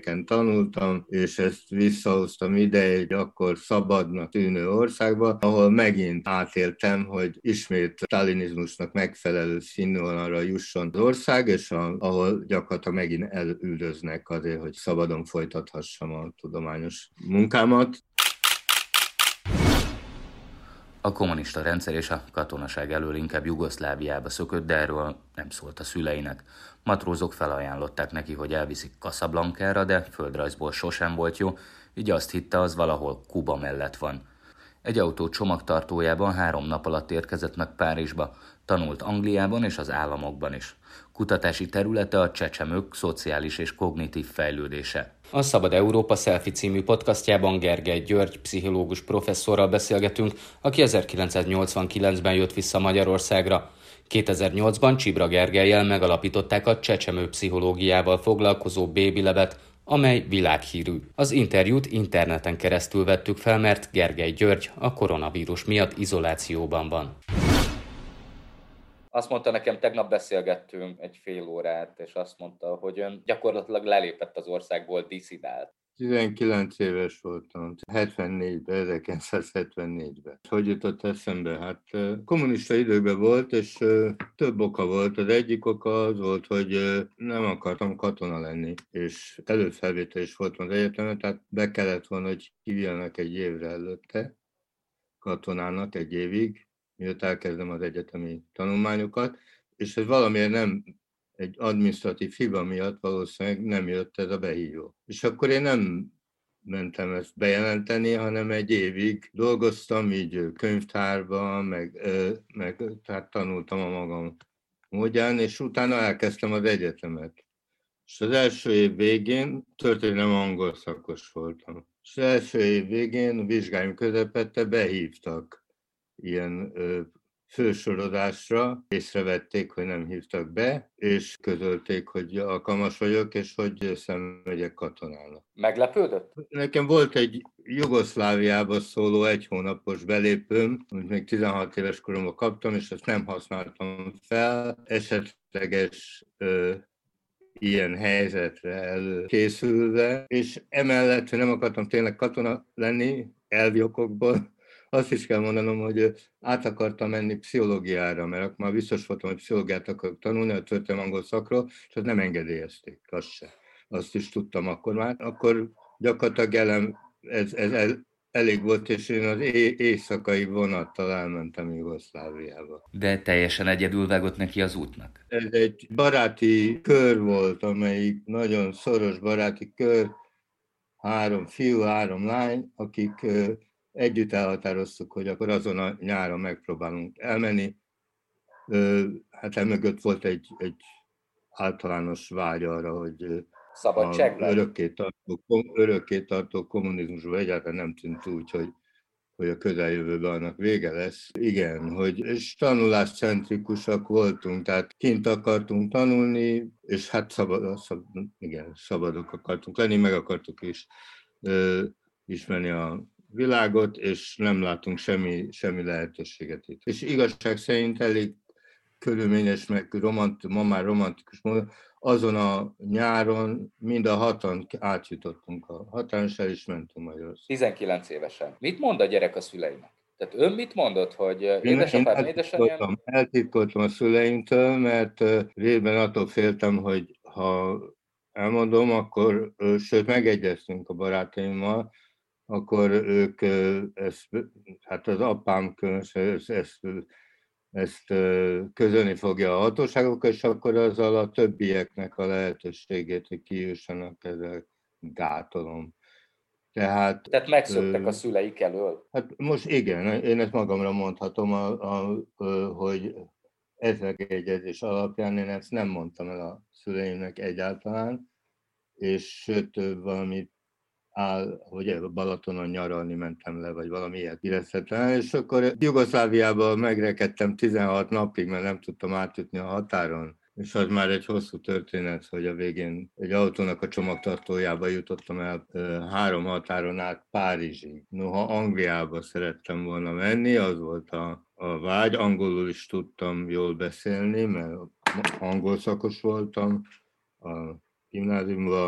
helyeken tanultam, és ezt visszahoztam ide egy akkor szabadnak tűnő országba, ahol megint átéltem, hogy ismét stalinizmusnak megfelelő színvonalra jusson az ország, és ahol gyakorlatilag megint elüldöznek azért, hogy szabadon folytathassam a tudományos munkámat. A kommunista rendszer és a katonaság elől inkább Jugoszláviába szökött, de erről nem szólt a szüleinek. Matrózok felajánlották neki, hogy elviszik Casablanca-ra, de földrajzból sosem volt jó, így azt hitte, az valahol Kuba mellett van. Egy autó csomagtartójában 3 nap alatt érkezett meg Párizsba, tanult Angliában és az államokban is. Kutatási területe a csecsemők szociális és kognitív fejlődése. A Szabad Európa Selfie című podcastjában Gergely György pszichológus professzorral beszélgetünk, aki 1989-ben jött vissza Magyarországra. 2008-ban Csibra Gergellyel megalapították a csecsemő pszichológiával foglalkozó Baby Labet, amely világhírű. Az interjút interneten keresztül vettük fel, mert Gergely György a koronavírus miatt izolációban van. Azt mondta nekem, tegnap beszélgettünk egy fél órát, és azt mondta, hogy ön gyakorlatilag lelépett az országból, disszidált. 19 éves voltam, 1974-ben. Hogy jutott eszembe? Hát kommunista időkben volt, és több oka volt. Az egyik oka az volt, hogy nem akartam katona lenni, és előfelvétel is voltam az egyetemen, tehát be kellett volna, hogy hívjanak egy évre előtte katonának, egy évig, miatt elkezdem az egyetemi tanulmányokat, és ez valamiért nem, egy adminisztratív hiba miatt valószínűleg nem jött ez a behívó. És akkor én nem mentem ezt bejelenteni, hanem egy évig dolgoztam, így könyvtárban, meg tehát tanultam a magam módján, és utána elkezdtem az egyetemet. És az első év végén történelem angol szakos voltam. És az első év végén, a vizsgáim közepette behívtak ilyen fősorodásra, észrevették, hogy nem hívtak be, és közölték, hogy alkalmas vagyok, és hogy megyek katonának. Meglepődött? Nekem volt egy Jugoszláviába szóló 1 hónapos belépőm, amit még 16 éves koromban kaptam, és ezt nem használtam fel. Esetleges ilyen helyzetre előkészülve, és emellett, hogy nem akartam tényleg katona lenni, elvi okokból, azt is kell mondanom, hogy át akartam menni pszichológiára, mert akkor már biztos voltam, hogy pszichológiát akarok tanulni a történelem angol szakról, és azt nem engedélyezték, azt se. Azt is tudtam akkor már. Akkor gyakorlatilag ez elég volt, és én az éjszakai vonattal elmentem Jugoszláviába. De teljesen egyedül vágott neki az útnak. Ez egy baráti kör volt, amelyik nagyon szoros baráti kör, 3 fiú, 3 lány, akik együtt elhatároztuk, hogy akkor azon a nyáron megpróbálunk elmenni. Hát emögött volt egy általános vágy arra, hogy örökké tartó kommunizmusban egyáltalán nem tűnt úgy, hogy a közeljövőben annak vége lesz. Igen, és tanuláscentrikusak voltunk, tehát kint akartunk tanulni, és hát szabadok akartunk lenni, meg akartuk is ismerni a világot, és nem látunk semmi lehetőséget itt. És igazság szerint elég körülményes, meg ma már romantikus módon, azon a nyáron mind a 6-an átjutottunk a határon, és el is mentünk Magyarországon. 19 évesen. Mit mond a gyerek a szüleinek? Tehát ön mit mondott, hogy édesapám, édesanyám? Eltitkoltam a szüleimtől, mert részben attól féltem, hogy ha elmondom, akkor, sőt megegyeztünk a barátaimmal, akkor ők hát az apám különösen ezt közölni fogja a hatóságokkal, és akkor azzal a többieknek a lehetőségét, hogy kijussanak, ezzel gátolom. Tehát megszöktek a szüleik elől? Hát most igen, én ezt magamra mondhatom, hogy ez megegyezés alapján én ezt nem mondtam el a szüleimnek egyáltalán, és sőt valamit hogy Balatonon nyaralni mentem le, vagy valami ilyet érezhetetlen, és akkor Jugoszláviában megrekedtem 16 napig, mert nem tudtam átjutni a határon, és az már egy hosszú történet, hogy a végén egy autónak a csomagtartójába jutottam el 3 határon át Párizsig. Noha Angliába szerettem volna menni, az volt a vágy, angolul is tudtam jól beszélni, mert angol szakos voltam a gimnáziumban,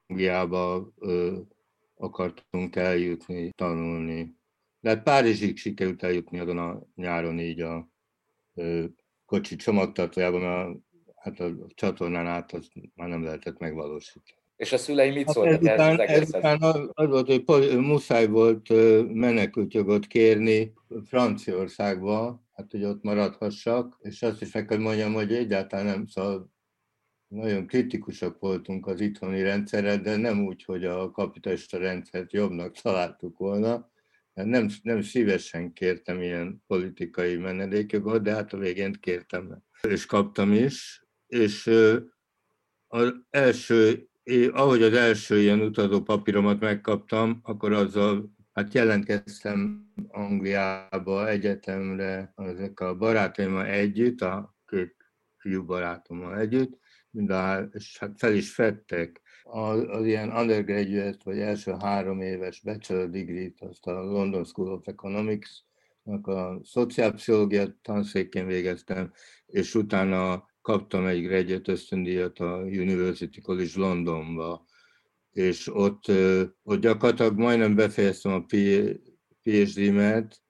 Angliába akartunk eljutni, tanulni. De hát Párizsig sikerült eljutni azon a nyáron így a kocsi csomagtartójában, hát a csatornán át azt már nem lehetett megvalósítani. És a szüleim mit Hát szóltak ehhez az egészhez? ezután az volt, hogy muszáj volt menekültjogot kérni Franciaországba, hát hogy ott maradhassak, és azt is meg kell mondjam, hogy egyáltalán nem, szóval nagyon kritikusak voltunk az itthoni rendszerrel, de nem úgy, hogy a kapitalista rendszert jobbnak találtuk volna. Nem szívesen kértem ilyen politikai menedékjogot, de hát a végén kértem, és kaptam is. És az első, ahogy az első ilyen utazó papíromat megkaptam, akkor azzal hát jelentkeztem Angliába, egyetemre, ezek a barátaimmal együtt, a két fiú barátommal együtt, és hát fel is fedtek. Az ilyen undergraduate, vagy első 3 éves bachelor degree-t, azt a London School of Economics-nak a szociálpszichológia tanszékén végeztem, és utána kaptam egy graduate ösztöndíjat a University College Londonba, és ott gyakorlatilag majdnem befejeztem a PhD-met,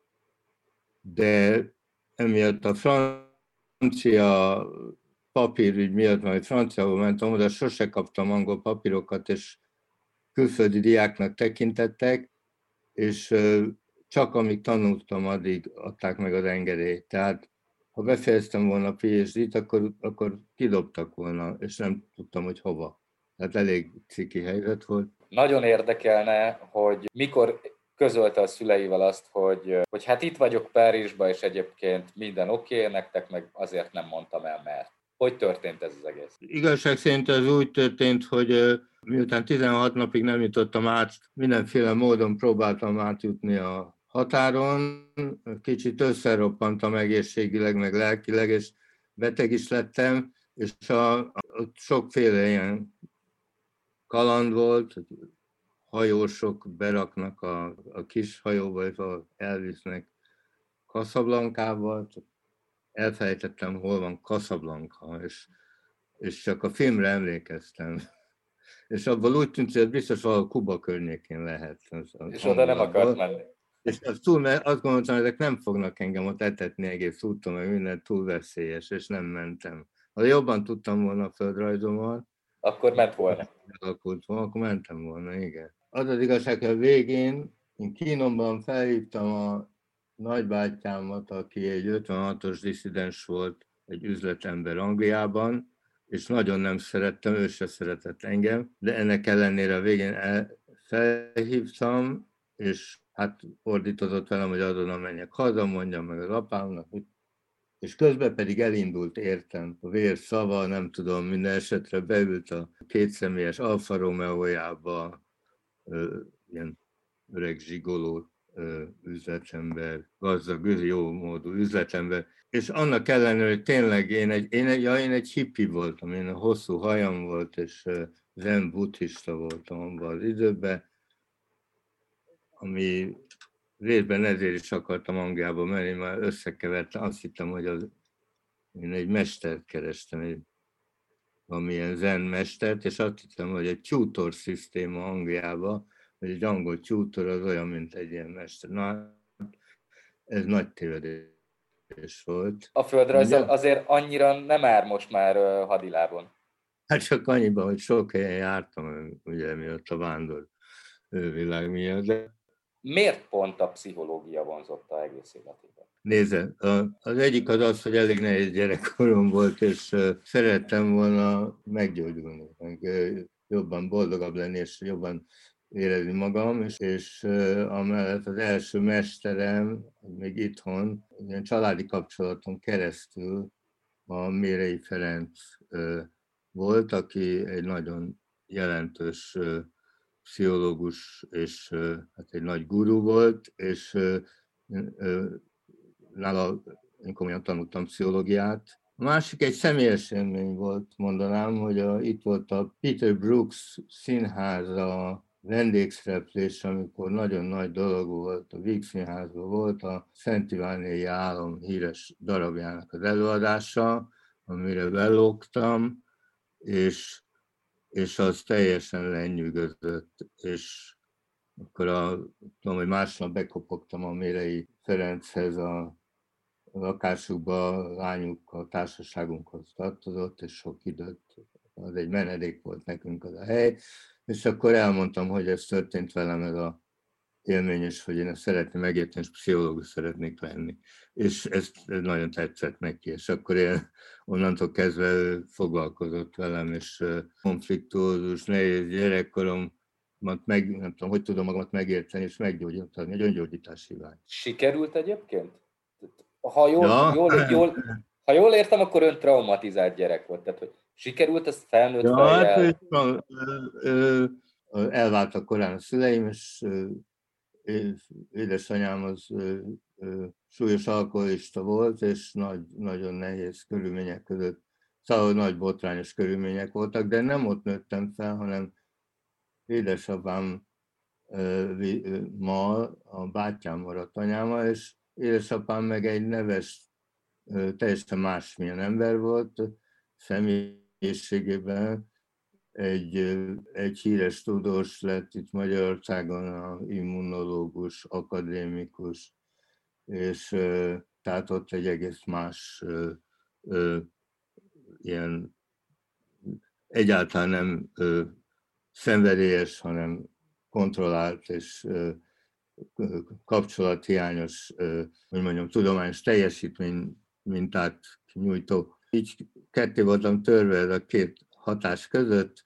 de emiatt a francia papírügy miatt, majd franciául mentem oda, sose kaptam angol papírokat, és külföldi diáknak tekintettek, és csak amíg tanultam, addig adták meg az engedélyt. Tehát ha befejeztem volna a PhD-t, akkor kidobtak volna, és nem tudtam, hogy hova. Tehát elég ciki helyzet volt. Nagyon érdekelne, hogy mikor közölte a szüleivel azt, hogy hát itt vagyok Párizsban, és egyébként minden oké, nektek meg azért nem mondtam el, mert. Hogy történt ez az egész? Igazság szerint ez úgy történt, hogy miután 16 napig nem jutottam át, mindenféle módon próbáltam átjutni a határon, kicsit összeroppantam egészségileg, meg lelkileg, és beteg is lettem, és ott sokféle ilyen kaland volt, hajósok beraknak a kis hajóba, és elvisznek Casablanca-ba, elfelejtettem, hol van Casablanca, és csak a filmre emlékeztem. És abból úgy tűnt, hogy biztos valahol Kuba környékén lehet. És oda nem akart menni. És azt gondoltam, hogy ezek nem fognak engem ott etetni egész úton, mert minden túl veszélyes, és nem mentem. Ha jobban tudtam volna a földrajzomat, akkor ment volna. Akkor mentem volna, igen. Az az igazság, hogy a végén én kínomban felhívtam a nagybátyámat, aki egy 56-os disszidens volt, egy üzletember Angliában, és nagyon nem szerettem, ő se szeretett engem, de ennek ellenére a végén felhívtam, és hát fordítozott velem, hogy azonnal menjek haza, mondjam meg az apámnak, és közben pedig elindult értem a vér szava, nem tudom, minden esetre beült a kétszemélyes Alfa Romeo-jába, ilyen öreg zsigoló üzletember, gazdag, jó módú üzletember, és annak ellenére, hogy tényleg én egy hippi voltam, én a hosszú hajam volt, és zen buddhista voltam abban az időben, ami részben ezért is akartam Angliába menni, már összekevertem, azt hittem, hogy én egy mestert kerestem, valamilyen zen mestert, és azt hittem, hogy egy tutor szisztéma Angliába, hogy egy angol tutor az olyan, mint egy ilyen mester. Na, ez nagy tévedés volt. A földrajz azért annyira nem áll most már hadilábon. Hát csak annyiban, hogy sok helyen jártam, ugye miatt a vándor világ miatt. De... Miért pont a pszichológia vonzotta egész életében? Nézze, az egyik az, hogy elég nehéz gyerekkorom volt, és szerettem volna meggyógyulni, meg jobban boldogabb lenni, és jobban érezni magam, és amellett az első mesterem, még itthon, ilyen családi kapcsolaton keresztül a Mérei Ferenc volt, aki egy nagyon jelentős pszichológus, és hát egy nagy gurú volt, és nála én komolyan tanultam pszichológiát. A másik egy személyes élmény volt, mondanám, hogy itt volt a Peter Brooks színháza vendégszereplés, amikor nagyon nagy dolog volt, a Víg Színházban volt a Szent Ivániai Álom híres darabjának az előadása, amire belógtam, és és az teljesen lenyűgözött, és akkor tudom, hogy másnap bekopogtam a Mérei Ferenchez a lakásukba, a lányuk a társaságunkhoz tartozott, és sok időt, az egy menedék volt nekünk az a hely, és akkor elmondtam, hogy ez történt velem, ez a élmény, és hogy én ezt szeretném megérteni, és pszichológus szeretnék lenni. És ez nagyon tetszett neki, és akkor én onnantól kezdve ő foglalkozott velem, és konfliktuózus, nehéz gyerekkoromat nem tudom, hogy tudom magamat megérteni, és meggyógyítani, egy öngyógyítási vágy. Sikerült egyébként? Ha jól értem, akkor ön traumatizált gyerek volt, tehát hogy sikerült ezt felnőtt fejjel? Hát, elváltak korán a szüleim, és édesanyám az súlyos alkoholista volt, és nagyon nehéz körülmények között, szóval nagy botrányos körülmények voltak, de nem ott nőttem fel, hanem édesapám ma a bátyám maradt anyámmal, és édesapám meg egy neves, teljesen másmilyen ember volt, személyiségében egy híres tudós lett itt Magyarországon, a immunológus, akadémikus, és tehát ott egy egész más ilyen egyáltalán nem szenvedélyes, hanem kontrollált és kapcsolathiányos, hogy mondjam, tudományos teljesítmény mintát nyújtó. Így ketté voltam törve ez a két hatás között,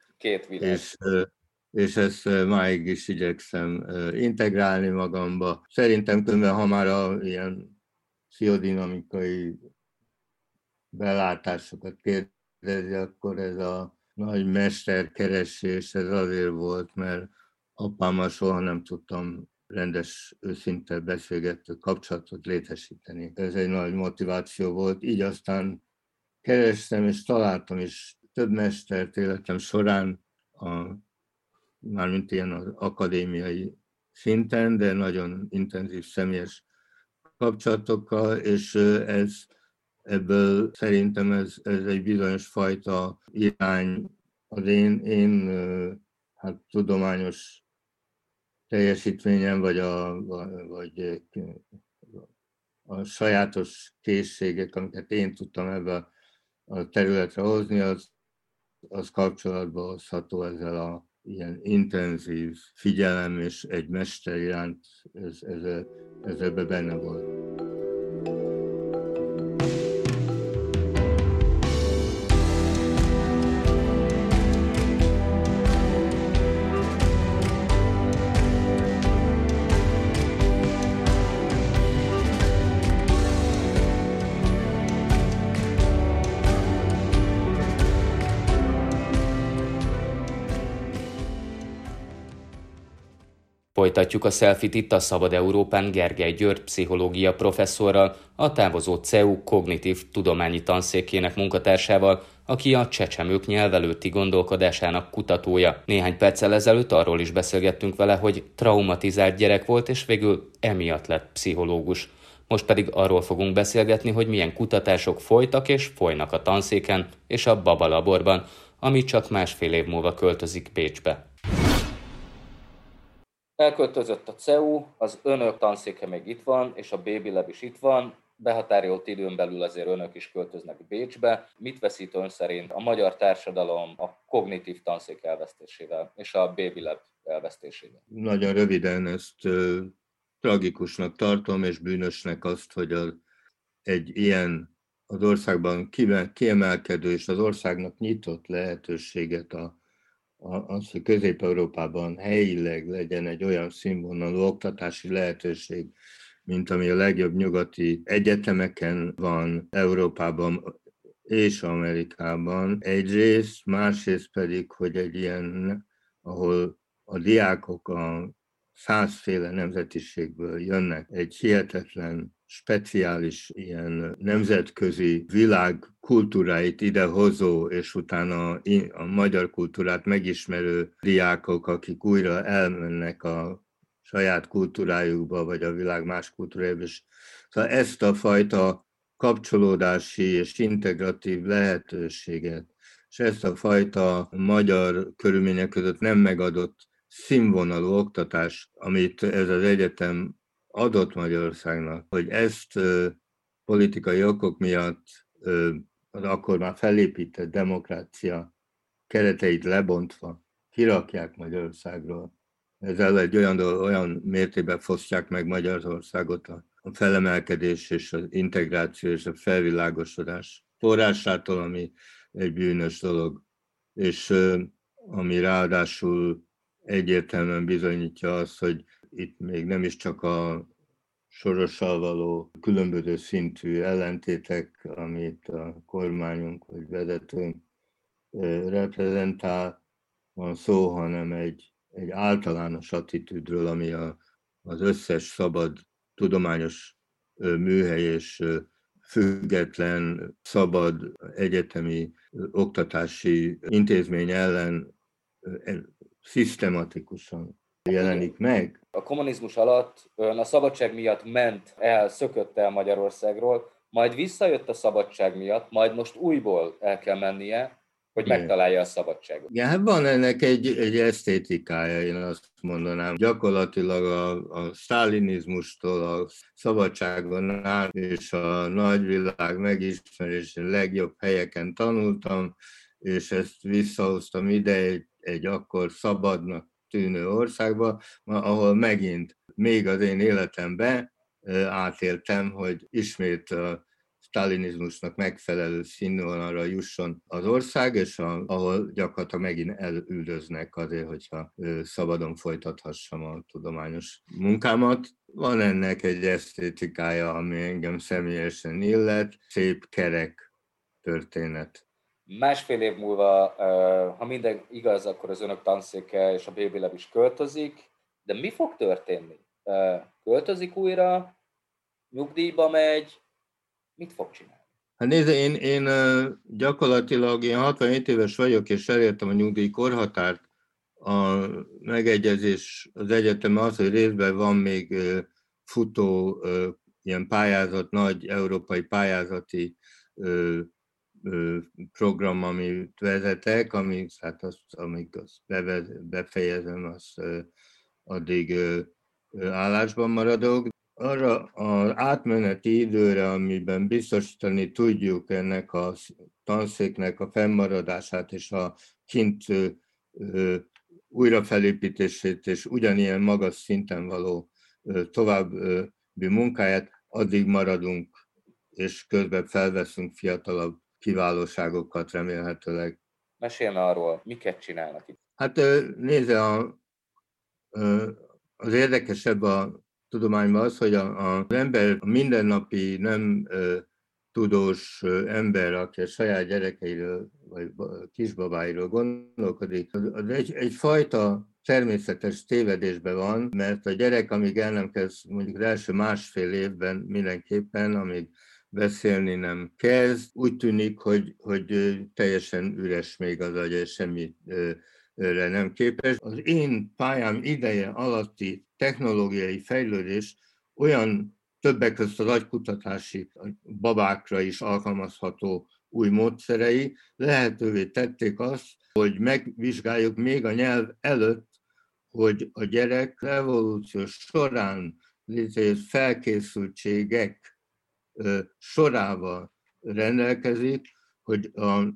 és ezt máig is igyekszem integrálni magamba. Szerintem különben, ha már ilyen pszichodinamikai belátásokat kérdezi, akkor ez a nagy mesterkeresés, ez azért volt, mert apámmal soha nem tudtam rendes, őszinte beszélgető kapcsolatot létesíteni. Ez egy nagy motiváció volt, így aztán kerestem és találtam is több mestert életem során, mármint ilyen az akadémiai szinten, de nagyon intenzív személyes kapcsolatokkal, és ebből szerintem ez egy bizonyos fajta irány az én hát tudományos teljesítményem, vagy a sajátos készségek, amiket én tudtam ebbe a területre hozni, az kapcsolatba hozható ezzel a ilyen intenzív figyelem, és egy mester iránt ez ebben benne volt. Folytatjuk a selfit itt a Szabad Európán Gergely György pszichológia professzorral, a távozó CEU kognitív tudományi tanszékének munkatársával, aki a csecsemők nyelvelőtti gondolkodásának kutatója. Néhány perccel ezelőtt arról is beszélgettünk vele, hogy traumatizált gyerek volt, és végül emiatt lett pszichológus. Most pedig arról fogunk beszélgetni, hogy milyen kutatások folytak és folynak a tanszéken és a Baba Laborban, ami csak másfél év múlva költözik Bécsbe. Elköltözött a CEU, az önök tanszéke még itt van, és a Baby Lab is itt van. Behatárolt időn belül azért önök is költöznek Bécsbe. Mit veszít ön szerint a magyar társadalom a kognitív tanszék elvesztésével és a Baby Lab elvesztésével? Nagyon röviden ezt tragikusnak tartom, és bűnösnek azt, hogy egy ilyen az országban kiemelkedő és az országnak nyitott lehetőséget az, hogy Közép-Európában helyileg legyen egy olyan színvonalú oktatási lehetőség, mint ami a legjobb nyugati egyetemeken van Európában és Amerikában egyrészt, másrészt pedig, hogy egy ilyen, ahol a diákok a 100 féle nemzetiségből jönnek, egy hihetetlen, speciális ilyen nemzetközi világ kultúráit idehozó, és utána a magyar kultúrát megismerő diákok, akik újra elmennek a saját kultúrájukba, vagy a világ más kultúrájába. Szóval ezt a fajta kapcsolódási és integratív lehetőséget és ezt a fajta magyar körülmények között nem megadott színvonalú oktatás, amit ez az egyetem adott Magyarországnak, hogy ezt politikai okok miatt az akkor már felépített demokrácia kereteit lebontva kirakják Magyarországról. Ezzel egy olyan mértékben fosztják meg Magyarországot a felemelkedés és az integráció és a felvilágosodás forrásától, ami egy bűnös dolog, és ami ráadásul egyértelműen bizonyítja azt, hogy itt még nem is csak a Sorossal való különböző szintű ellentétek, amit a kormányunk vagy vezetőnk reprezentál, van szó, hanem egy általános attitűdről, ami az összes szabad tudományos műhely és független, szabad egyetemi oktatási intézmény ellen szisztematikusan jelenik meg. A kommunizmus alatt ön a szabadság miatt szökött el Magyarországról, majd visszajött a szabadság miatt, majd most újból el kell mennie, hogy megtalálja a szabadságot. Ja, hát van ennek egy esztétikája, én azt mondanám. Gyakorlatilag a sztálinizmustól a szabadságon át és a nagyvilág megismerésén legjobb helyeken tanultam, és ezt visszahoztam ide egy akkor szabadnak tűnő országba, ahol megint még az én életemben átéltem, hogy ismét a sztálinizmusnak megfelelő színvonalra jusson az ország, és ahol gyakorlatilag megint elüldöznek azért, hogyha szabadon folytathassam a tudományos munkámat. Van ennek egy esztétikája, ami engem személyesen illet, szép kerek történet. Másfél év múlva, ha minden igaz, akkor az önök tanszéke és a Baby Lab is költözik, de mi fog történni? Költözik újra, nyugdíjba megy, mit fog csinálni? Hát nézd, én gyakorlatilag 67 éves vagyok, és elértem a nyugdíj korhatárt. A megegyezés az egyetem az, hogy részben van még futó ilyen pályázat, nagy európai pályázati program, amit vezetek, amíg azt befejezem, azt addig állásban maradok. Arra az átmeneti időre, amiben biztosítani tudjuk ennek a tanszéknek a fennmaradását és a kint újrafelépítését és ugyanilyen magas szinten való további munkáját, addig maradunk, és közben felveszünk fiatalabb kiválóságokat remélhetőleg. Mesélj arról, miket csinálnak itt? Hát nézze, az érdekesebb a tudományban az, hogy az ember, a mindennapi nem tudós ember, aki a saját gyerekeiről vagy kisbabáiról gondolkodik, az egyfajta természetes tévedésben van, mert a gyerek, amíg el nem kezd, mondjuk az első másfél évben mindenképpen, amíg beszélni nem kezd, úgy tűnik, hogy teljesen üres még az agya, és semmire nem képes. Az én pályám ideje alatti technológiai fejlődés olyan többek között az agykutatási babákra is alkalmazható új módszerei lehetővé tették azt, hogy megvizsgáljuk még a nyelv előtt, hogy a gyerek evolúció során létrejött felkészültségek sorával rendelkezik, hogy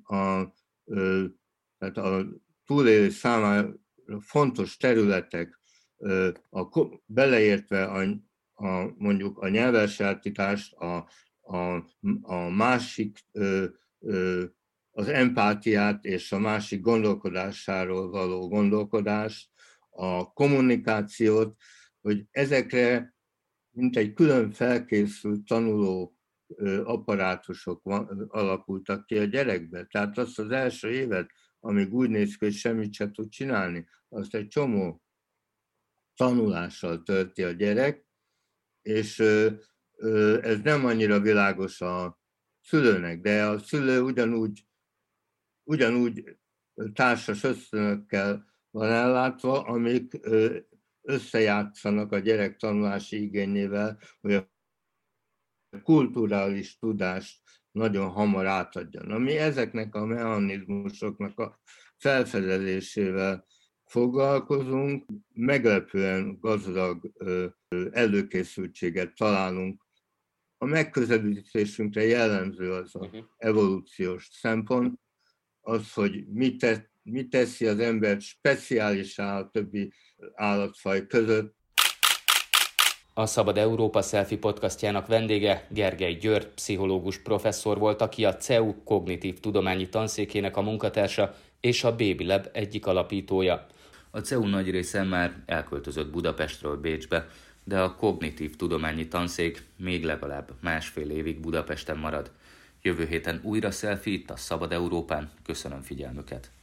tehát a túlélés számára fontos területek, beleértve mondjuk a nyelvelsajátítást, a másik, az empátiát és a másik gondolkodásáról való gondolkodást, a kommunikációt, hogy ezekre mint egy külön felkészült tanuló apparátusok alakultak ki a gyerekbe. Tehát azt az első évet, amíg úgy néz ki, hogy semmit sem tud csinálni, azt egy csomó tanulással tölti a gyerek, és ez nem annyira világos a szülőnek, de a szülő ugyanúgy társas ösztönökkel van ellátva, amik összejátszanak a gyerek tanulási igényével, hogy a kulturális tudást nagyon hamar átadja. Na, mi ezeknek a mechanizmusoknak a felfedezésével foglalkozunk, meglepően gazdag előkészültséget találunk. A megközelítésünkre jellemző az az evolúciós szempont, az, hogy mit teszi az embert speciálissá a többi állatfaj között. A Szabad Európa Selfie podcastjának vendége Gergely György, pszichológus professzor volt, aki a CEU kognitív tudományi tanszékének a munkatársa és a Baby Lab egyik alapítója. A CEU nagy része már elköltözött Budapestről Bécsbe, de a kognitív tudományi tanszék még legalább 1,5 évig Budapesten marad. Jövő héten újra selfie itt a Szabad Európán. Köszönöm figyelmüket!